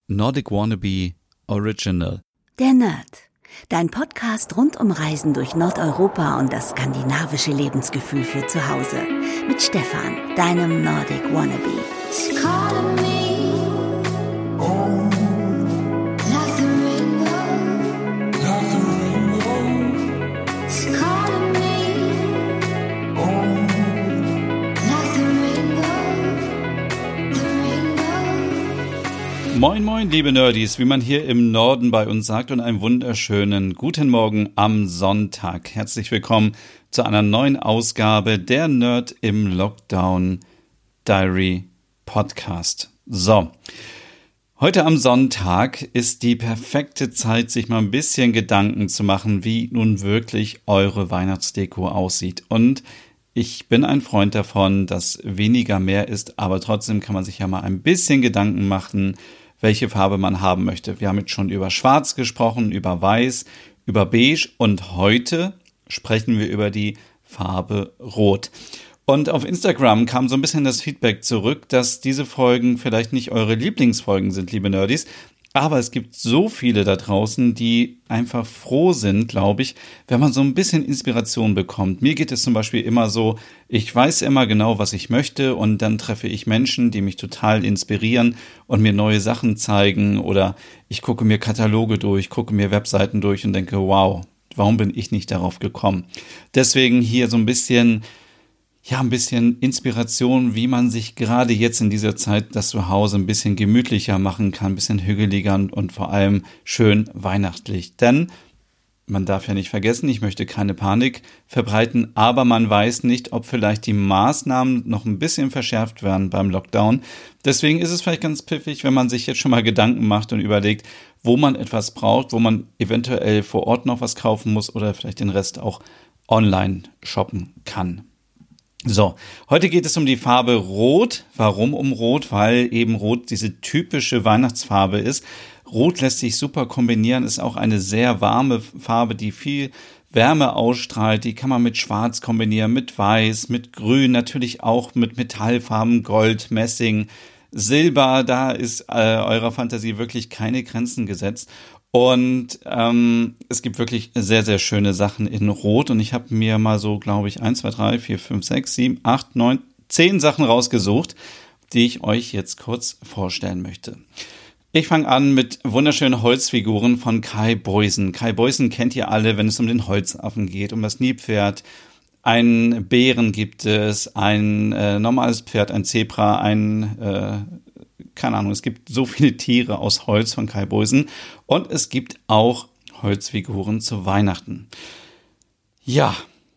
Nordic Wannabe Original. Der Nerd. Dein Podcast rund um Reisen durch Nordeuropa und das skandinavische Lebensgefühl für zu Hause. Mit Stefan, deinem Nordic Wannabe. Moin moin liebe Nerdies, wie man hier im Norden bei uns sagt, und einen wunderschönen guten Morgen am Sonntag. Herzlich willkommen zu einer neuen Ausgabe der Nerd im Lockdown Diary Podcast. So, heute am Sonntag ist die perfekte Zeit, sich mal ein bisschen Gedanken zu machen, wie nun wirklich eure Weihnachtsdeko aussieht. Und ich bin ein Freund davon, dass weniger mehr ist, aber trotzdem kann man sich ja mal ein bisschen Gedanken machen, welche Farbe man haben möchte. Wir haben jetzt schon über Schwarz gesprochen, über Weiß, über Beige und heute sprechen wir über die Farbe Rot. Und auf Instagram kam so ein bisschen das Feedback zurück, dass diese Folgen vielleicht nicht eure Lieblingsfolgen sind, liebe Nerdies. Aber es gibt so viele da draußen, die einfach froh sind, glaube ich, wenn man so ein bisschen Inspiration bekommt. Mir geht es zum Beispiel immer so, ich weiß immer genau, was ich möchte und dann treffe ich Menschen, die mich total inspirieren und mir neue Sachen zeigen, oder ich gucke mir Kataloge durch, gucke mir Webseiten durch und denke, wow, warum bin ich nicht darauf gekommen? Deswegen hier so ein bisschen Inspiration, wie man sich gerade jetzt in dieser Zeit das Zuhause ein bisschen gemütlicher machen kann, ein bisschen hügeliger und vor allem schön weihnachtlich. Denn man darf ja nicht vergessen, ich möchte keine Panik verbreiten, aber man weiß nicht, ob vielleicht die Maßnahmen noch ein bisschen verschärft werden beim Lockdown. Deswegen ist es vielleicht ganz pfiffig, wenn man sich jetzt schon mal Gedanken macht und überlegt, wo man etwas braucht, wo man eventuell vor Ort noch was kaufen muss oder vielleicht den Rest auch online shoppen kann. So, heute geht es um die Farbe Rot. Warum um Rot? Weil eben Rot diese typische Weihnachtsfarbe ist. Rot lässt sich super kombinieren, ist auch eine sehr warme Farbe, die viel Wärme ausstrahlt. Die kann man mit Schwarz kombinieren, mit Weiß, mit Grün, natürlich auch mit Metallfarben, Gold, Messing, Silber. Da ist eurer Fantasie wirklich keine Grenzen gesetzt. Und es gibt wirklich sehr, sehr schöne Sachen in Rot. Und ich habe mir mal so, glaube ich, 1, 2, 3, 4, 5, 6, 7, 8, 9, 10 Sachen rausgesucht, die ich euch jetzt kurz vorstellen möchte. Ich fange an mit wunderschönen Holzfiguren von Kai Boysen. Kai Boysen kennt ihr alle, wenn es um den Holzaffen geht, um das Nilpferd. Einen Bären gibt es, ein normales Pferd, ein Zebra, keine Ahnung, es gibt so viele Tiere aus Holz von Kai Boysen und es gibt auch Holzfiguren zu Weihnachten. Ja,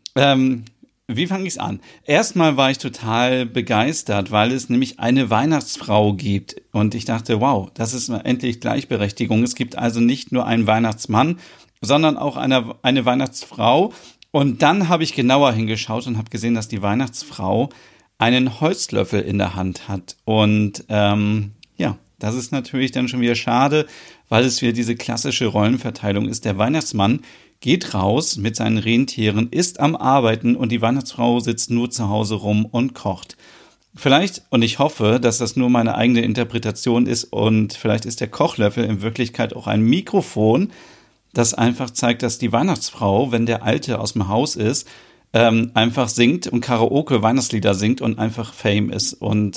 wie fange ich es an? Erstmal war ich total begeistert, weil es nämlich eine Weihnachtsfrau gibt und ich dachte, wow, das ist endlich Gleichberechtigung. Es gibt also nicht nur einen Weihnachtsmann, sondern auch eine Weihnachtsfrau. Und dann habe ich genauer hingeschaut und habe gesehen, dass die Weihnachtsfrau einen Holzlöffel in der Hand hat. Und das ist natürlich dann schon wieder schade, weil es wieder diese klassische Rollenverteilung ist. Der Weihnachtsmann geht raus mit seinen Rentieren, ist am Arbeiten und die Weihnachtsfrau sitzt nur zu Hause rum und kocht. Vielleicht, und ich hoffe, dass das nur meine eigene Interpretation ist, und vielleicht ist der Kochlöffel in Wirklichkeit auch ein Mikrofon, das einfach zeigt, dass die Weihnachtsfrau, wenn der Alte aus dem Haus ist, einfach singt und Karaoke Weihnachtslieder singt und einfach Fame ist. Und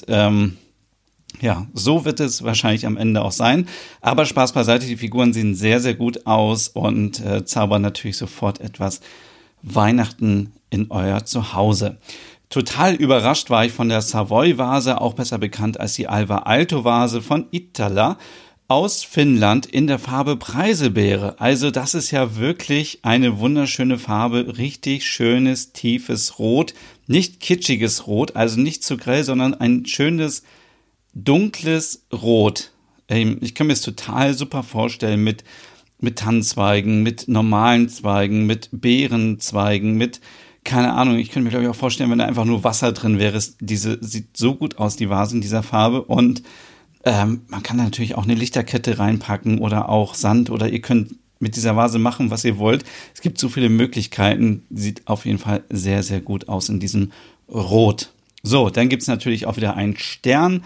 so wird es wahrscheinlich am Ende auch sein. Aber Spaß beiseite, die Figuren sehen sehr, sehr gut aus und zaubern natürlich sofort etwas Weihnachten in euer Zuhause. Total überrascht war ich von der Savoy-Vase, auch besser bekannt als die Alvar Aalto-Vase von Iittala aus Finnland in der Farbe Preiselbeere. Also das ist ja wirklich eine wunderschöne Farbe, richtig schönes, tiefes Rot, nicht kitschiges Rot, also nicht zu grell, sondern ein schönes, dunkles Rot. Ich kann mir es total super vorstellen mit Tannenzweigen, mit normalen Zweigen, mit Beerenzweigen, mit, keine Ahnung, ich könnte mir, glaube ich, auch vorstellen, wenn da einfach nur Wasser drin wäre. Sieht so gut aus, die Vase in dieser Farbe. Und man kann da natürlich auch eine Lichterkette reinpacken oder auch Sand, oder ihr könnt mit dieser Vase machen, was ihr wollt. Es gibt so viele Möglichkeiten. Sieht auf jeden Fall sehr, sehr gut aus in diesem Rot. So, dann gibt's natürlich auch wieder einen Stern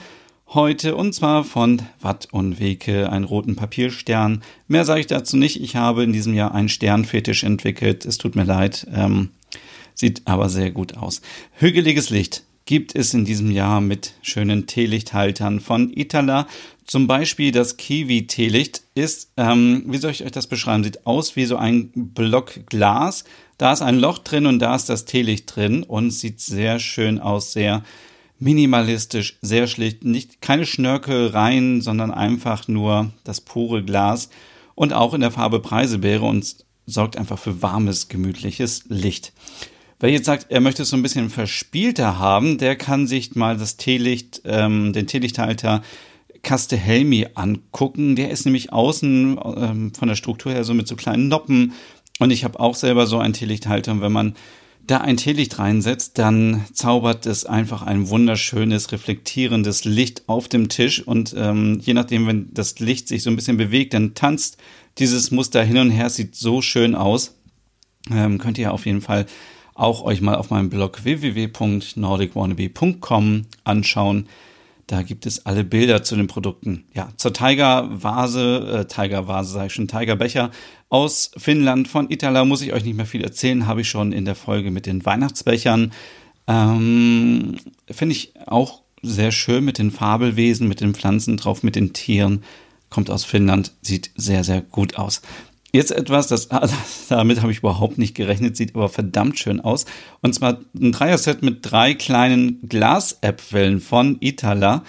heute, und zwar von Watt und Weke, einen roten Papierstern. Mehr sage ich dazu nicht. Ich habe in diesem Jahr einen Sternfetisch entwickelt. Es tut mir leid, sieht aber sehr gut aus. Hügeliges Licht gibt es in diesem Jahr mit schönen Teelichthaltern von Itala. Zum Beispiel das Kiwi-Teelicht ist, wie soll ich euch das beschreiben, sieht aus wie so ein Block Glas. Da ist ein Loch drin und da ist das Teelicht drin und sieht sehr schön aus, sehr minimalistisch, sehr schlicht, keine Schnörkeleien, sondern einfach nur das pure Glas und auch in der Farbe Preiselbeere und sorgt einfach für warmes, gemütliches Licht. Wer jetzt sagt, er möchte es so ein bisschen verspielter haben, der kann sich mal das Teelicht, den Teelichthalter Castellhelmi angucken. Der ist nämlich außen von der Struktur her so mit so kleinen Noppen und ich habe auch selber so einen Teelichthalter und wenn man da ein Teelicht reinsetzt, dann zaubert es einfach ein wunderschönes, reflektierendes Licht auf dem Tisch und je nachdem, wenn das Licht sich so ein bisschen bewegt, dann tanzt dieses Muster hin und her, sieht so schön aus. Könnt ihr auf jeden Fall auch euch mal auf meinem Blog www.nordicwannabe.com anschauen. Da gibt es alle Bilder zu den Produkten. Ja, zur Tigerbecher aus Finnland von Itala muss ich euch nicht mehr viel erzählen, habe ich schon in der Folge mit den Weihnachtsbechern. Finde ich auch sehr schön mit den Fabelwesen, mit den Pflanzen drauf, mit den Tieren. Kommt aus Finnland, sieht sehr, sehr gut aus. Jetzt etwas, damit habe ich überhaupt nicht gerechnet, sieht aber verdammt schön aus. Und zwar ein Dreier-Set mit 3 kleinen Glasäpfeln von Itala.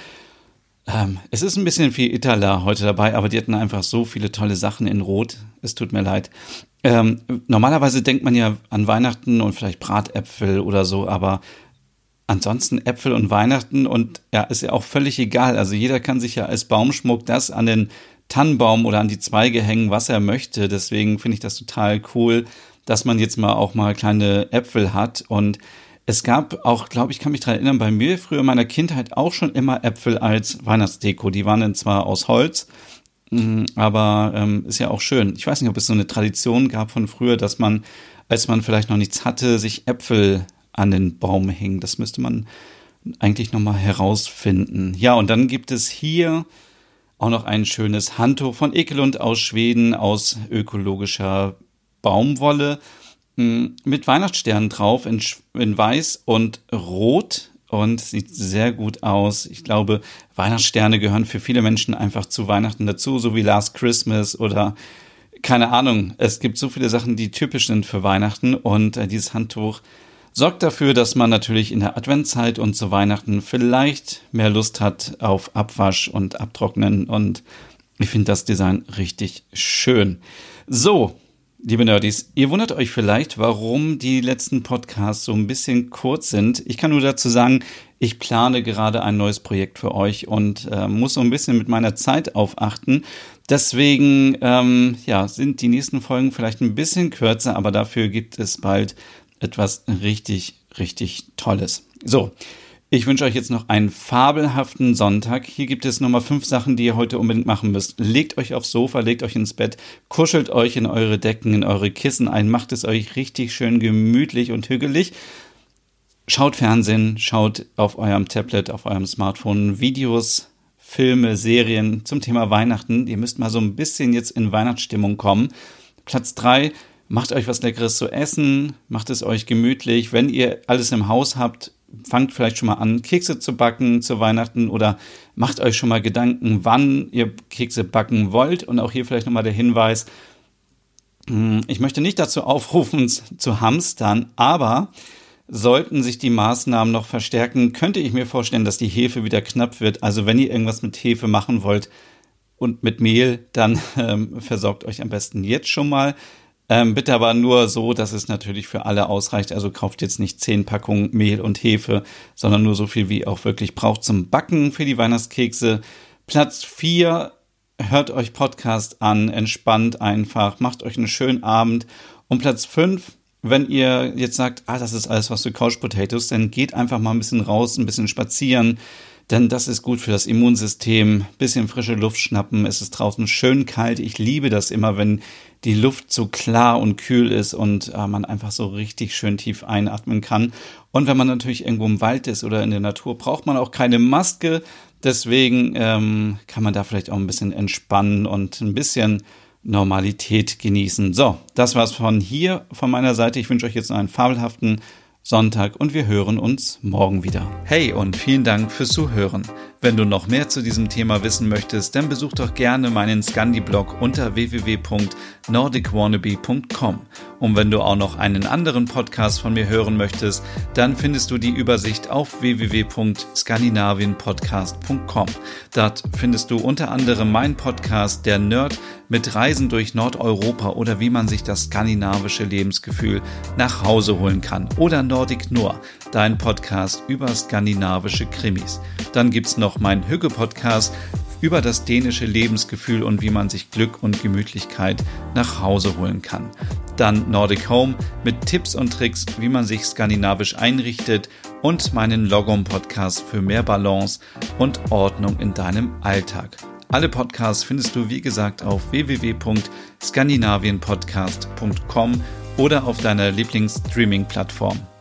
Es ist ein bisschen viel Itala heute dabei, aber die hatten einfach so viele tolle Sachen in Rot. Es tut mir leid. Normalerweise denkt man ja an Weihnachten und vielleicht Bratäpfel oder so, aber ansonsten Äpfel und Weihnachten und ja, ist ja auch völlig egal. Also jeder kann sich ja als Baumschmuck das an den Tannenbaum oder an die Zweige hängen, was er möchte. Deswegen finde ich das total cool, dass man jetzt auch mal kleine Äpfel hat. Und es gab auch, glaube ich, kann mich daran erinnern, bei mir früher in meiner Kindheit auch schon immer Äpfel als Weihnachtsdeko. Die waren dann zwar aus Holz, aber ist ja auch schön. Ich weiß nicht, ob es so eine Tradition gab von früher, dass man, als man vielleicht noch nichts hatte, sich Äpfel an den Baum hing. Das müsste man eigentlich nochmal herausfinden. Ja, und dann gibt es hier auch noch ein schönes Handtuch von Ekelund aus Schweden, aus ökologischer Baumwolle, mit Weihnachtssternen drauf in weiß und rot und sieht sehr gut aus. Ich glaube, Weihnachtssterne gehören für viele Menschen einfach zu Weihnachten dazu, so wie Last Christmas oder keine Ahnung. Es gibt so viele Sachen, die typisch sind für Weihnachten und dieses Handtuch sorgt dafür, dass man natürlich in der Adventszeit und zu Weihnachten vielleicht mehr Lust hat auf Abwasch und Abtrocknen und ich finde das Design richtig schön. So, liebe Nerdies, ihr wundert euch vielleicht, warum die letzten Podcasts so ein bisschen kurz sind. Ich kann nur dazu sagen, ich plane gerade ein neues Projekt für euch und muss so ein bisschen mit meiner Zeit aufachten. Deswegen sind die nächsten Folgen vielleicht ein bisschen kürzer, aber dafür gibt es bald etwas richtig, richtig Tolles. So, ich wünsche euch jetzt noch einen fabelhaften Sonntag. Hier gibt es nochmal 5 Sachen, die ihr heute unbedingt machen müsst. Legt euch aufs Sofa, legt euch ins Bett, kuschelt euch in eure Decken, in eure Kissen ein, macht es euch richtig schön gemütlich und hügelig. Schaut Fernsehen, schaut auf eurem Tablet, auf eurem Smartphone Videos, Filme, Serien zum Thema Weihnachten. Ihr müsst mal so ein bisschen jetzt in Weihnachtsstimmung kommen. Platz 3, macht euch was Leckeres zu essen, macht es euch gemütlich. Wenn ihr alles im Haus habt, fangt vielleicht schon mal an, Kekse zu backen zu Weihnachten oder macht euch schon mal Gedanken, wann ihr Kekse backen wollt. Und auch hier vielleicht nochmal der Hinweis, ich möchte nicht dazu aufrufen, zu hamstern, aber sollten sich die Maßnahmen noch verstärken, könnte ich mir vorstellen, dass die Hefe wieder knapp wird. Also wenn ihr irgendwas mit Hefe machen wollt und mit Mehl, dann versorgt euch am besten jetzt schon mal. Bitte aber nur so, dass es natürlich für alle ausreicht. Also kauft jetzt nicht 10 Packungen Mehl und Hefe, sondern nur so viel, wie ihr auch wirklich braucht zum Backen für die Weihnachtskekse. Platz 4, hört euch Podcast an, entspannt einfach, macht euch einen schönen Abend. Und Platz 5, wenn ihr jetzt sagt, das ist alles was für Couch Potatoes, dann geht einfach mal ein bisschen raus, ein bisschen spazieren, denn das ist gut für das Immunsystem. Bisschen frische Luft schnappen, es ist draußen schön kalt. Ich liebe das immer, wenn die Luft so klar und kühl ist und man einfach so richtig schön tief einatmen kann. Und wenn man natürlich irgendwo im Wald ist oder in der Natur, braucht man auch keine Maske, Deswegen kann man da vielleicht auch ein bisschen entspannen und ein bisschen Normalität genießen. So, das war's von meiner Seite. Ich wünsche euch jetzt noch einen fabelhaften Sonntag und wir hören uns morgen wieder. Hey und vielen Dank fürs Zuhören. Wenn du noch mehr zu diesem Thema wissen möchtest, dann besuch doch gerne meinen Scandi-Blog unter www.nordicwannabe.com. Und wenn du auch noch einen anderen Podcast von mir hören möchtest, dann findest du die Übersicht auf www.skandinavienpodcast.com. Dort findest du unter anderem meinen Podcast Der Nerd mit Reisen durch Nordeuropa oder wie man sich das skandinavische Lebensgefühl nach Hause holen kann. Oder Nordic Noir, dein Podcast über skandinavische Krimis. Dann gibt's noch meinen Hügge-Podcast über das dänische Lebensgefühl und wie man sich Glück und Gemütlichkeit nach Hause holen kann. Dann Nordic Home mit Tipps und Tricks, wie man sich skandinavisch einrichtet und meinen Logom-Podcast für mehr Balance und Ordnung in deinem Alltag. Alle Podcasts findest du, wie gesagt, auf www.skandinavienpodcast.com oder auf deiner Lieblings-Streaming-Plattform.